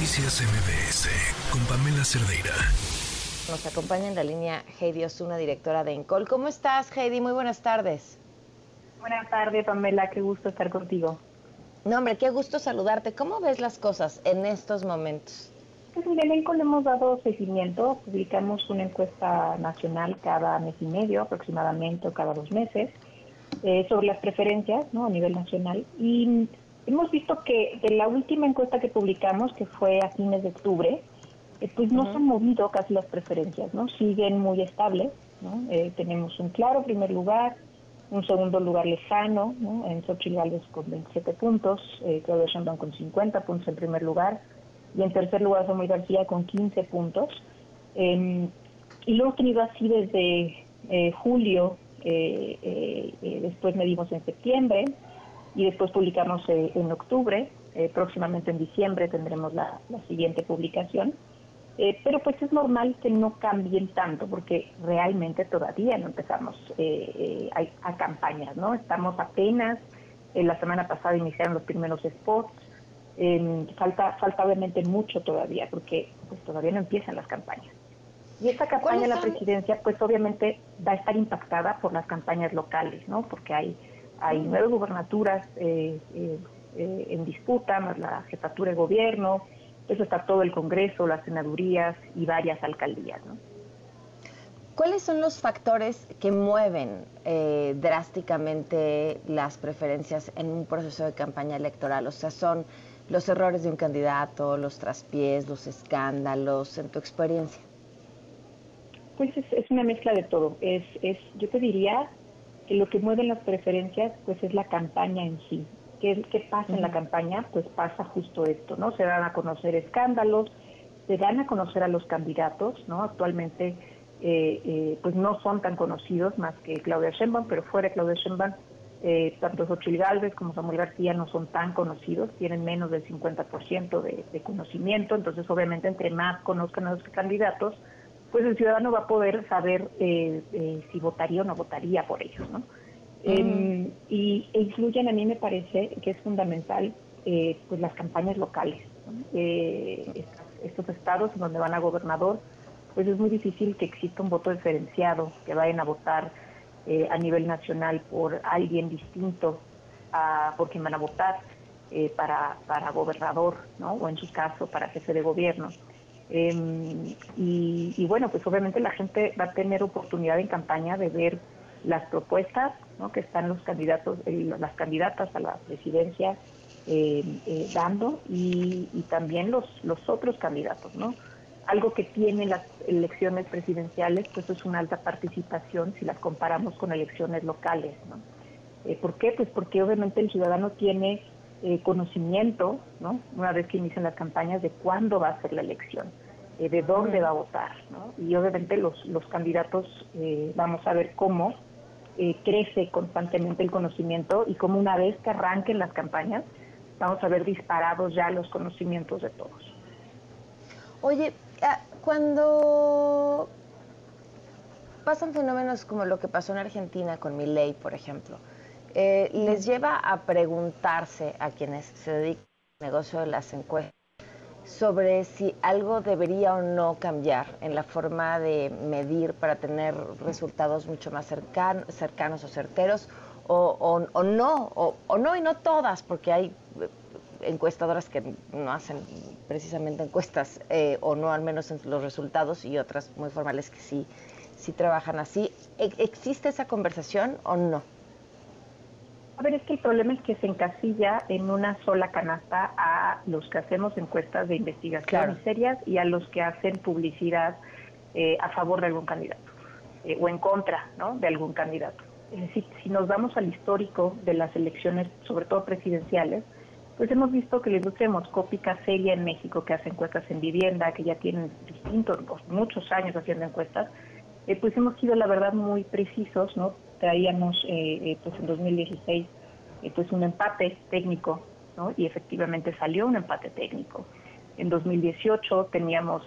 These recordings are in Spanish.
Noticias MBS con Pamela Cerdeira. Nos acompaña en la línea Heidi Osuna, directora de Encol. ¿Cómo estás, Heidi? Muy buenas tardes. Buenas tardes, Pamela. Qué gusto estar contigo. No, hombre, qué gusto saludarte. ¿Cómo ves las cosas en estos momentos? Pues mira, en Encol hemos dado seguimiento. Publicamos una encuesta nacional cada mes y medio aproximadamente, o cada 2 meses, sobre las preferencias, ¿no?, a nivel nacional. Y hemos visto que de la última encuesta que publicamos, que fue a fines de octubre, pues no se han movido casi las preferencias, ¿no? Siguen muy estables, ¿no? Tenemos un claro primer lugar, un segundo lugar lejano, ¿no?, en Xochitl Gálvez con 27 puntos, Claudia Sheinbaum con 50 puntos en primer lugar, y en tercer lugar Samuel García con 15 puntos. Y lo hemos tenido así desde julio, después medimos en septiembre, y después publicamos en octubre. Próximamente en diciembre tendremos la siguiente publicación. Pero pues es normal que no cambien tanto, porque realmente todavía no empezamos a campañas, ¿no? Estamos apenas, la semana pasada iniciaron los primeros spots. Falta obviamente mucho todavía, porque pues todavía no empiezan las campañas. Y esta campaña de la presidencia, pues obviamente va a estar impactada por las campañas locales, ¿no? Porque hay 9 gubernaturas en disputa, más la jefatura de gobierno. Eso está todo el Congreso, las senadurías y varias alcaldías, ¿no? ¿Cuáles son los factores que mueven drásticamente las preferencias en un proceso de campaña electoral? O sea, ¿son los errores de un candidato, los traspiés, los escándalos, en tu experiencia? Pues es una mezcla de todo. Yo te diría que lo que mueve las preferencias pues es la campaña en sí. ¿Qué pasa en la campaña? Pues pasa justo esto, ¿no? Se dan a conocer escándalos, se dan a conocer a los candidatos, ¿no? Actualmente pues no son tan conocidos más que Claudia Sheinbaum, pero fuera de Claudia Sheinbaum, tanto Xochitl Gálvez como Samuel García no son tan conocidos, tienen menos del 50% de conocimiento. Entonces obviamente entre más conozcan a los candidatos, pues el ciudadano va a poder saber si votaría o no votaría por ellos, ¿no? Y incluyen, a mí me parece que es fundamental, pues las campañas locales, ¿no? Estos estados en donde van a gobernador, pues es muy difícil que exista un voto diferenciado, que vayan a votar a nivel nacional por alguien distinto a por quien van a votar para gobernador, ¿no? O en su caso para jefe de gobierno. Y bueno, pues obviamente la gente va a tener oportunidad en campaña de ver las propuestas, ¿no?, que están los candidatos, las candidatas a la presidencia dando, y también los otros candidatos, ¿no? Algo que tienen las elecciones presidenciales, pues es una alta participación si las comparamos con elecciones locales, ¿no? ¿Por qué? Pues porque obviamente el ciudadano tiene conocimiento, ¿no?, una vez que inician las campañas, de cuándo va a ser la elección, de dónde va a votar, ¿no? Y obviamente los candidatos vamos a ver cómo crece constantemente el conocimiento, y cómo una vez que arranquen las campañas vamos a ver disparados ya los conocimientos de todos. Oye, cuando pasan fenómenos como lo que pasó en Argentina con Milei, por ejemplo, les lleva a preguntarse a quienes se dedican al negocio de las encuestas sobre si algo debería o no cambiar en la forma de medir para tener resultados mucho más cercanos o certeros, o no, y no todas, porque hay encuestadoras que no hacen precisamente encuestas, o no al menos en los resultados, y otras muy formales que sí trabajan así. ¿Existe esa conversación o no? A ver, es que el problema es que se encasilla en una sola canasta a los que hacemos encuestas de investigación y serias, y a los que hacen publicidad a favor de algún candidato o en contra, ¿no?, de algún candidato. Es decir, si nos vamos al histórico de las elecciones, sobre todo presidenciales, pues hemos visto que la industria demoscópica seria en México, que hace encuestas en vivienda, que ya tienen muchos años haciendo encuestas, pues hemos sido, la verdad, muy precisos, ¿no? Traíamos pues en 2016 pues un empate técnico, ¿no? Y efectivamente salió un empate técnico. En 2018 teníamos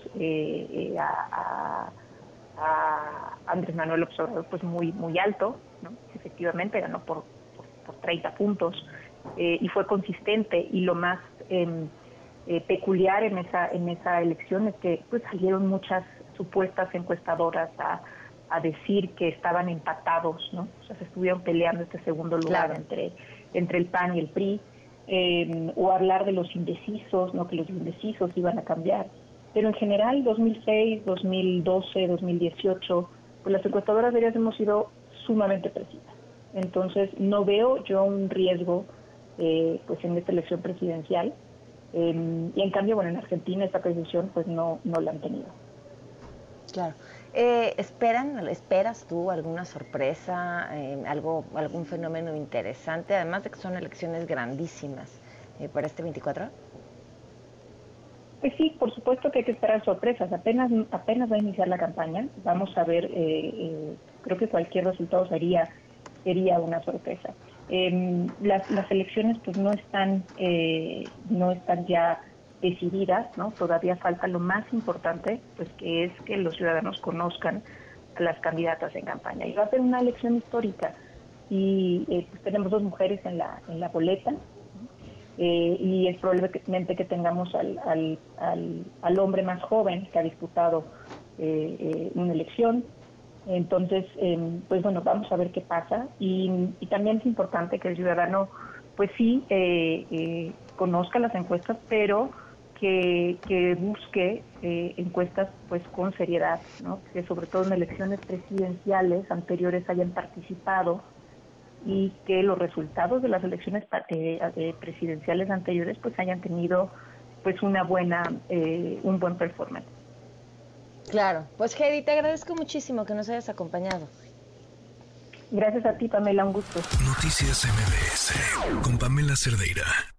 a Andrés Manuel López Obrador pues muy alto, ¿no? Efectivamente ganó por 30 puntos, y fue consistente. Y lo más peculiar en esa elección es que pues salieron muchas supuestas encuestadoras a decir que estaban empatados, ¿no? O sea, se estuvieron peleando este segundo lugar entre el PAN y el PRI, o hablar de los indecisos, ¿no? Que los indecisos iban a cambiar. Pero en general, 2006, 2012, 2018, pues las encuestadoras de ellas hemos sido sumamente precisas. Entonces, no veo yo un riesgo pues en esta elección presidencial. Y en cambio, bueno, en Argentina esta precisión pues no la han tenido. Claro. ¿Esperas tú alguna sorpresa, algún fenómeno interesante, además de que son elecciones grandísimas para este 24? Pues sí, por supuesto que hay que esperar sorpresas. Apenas va a iniciar la campaña. Vamos a ver, creo que cualquier resultado sería una sorpresa. Las elecciones pues no están ya decididas, ¿no? Todavía falta lo más importante, pues que es que los ciudadanos conozcan a las candidatas en campaña. Y va a ser una elección histórica. Y pues tenemos 2 mujeres en la boleta, y es probablemente que tengamos al hombre más joven que ha disputado una elección. Entonces, pues bueno, vamos a ver qué pasa. Y también es importante que el ciudadano, pues sí, conozca las encuestas, pero que busque encuestas pues con seriedad, ¿no? Que sobre todo en elecciones presidenciales anteriores hayan participado y que los resultados de las elecciones presidenciales anteriores pues hayan tenido pues un buen performance. Claro, pues Hedy, te agradezco muchísimo que nos hayas acompañado. Gracias a ti, Pamela, un gusto. Noticias MBS con Pamela Cerdeira.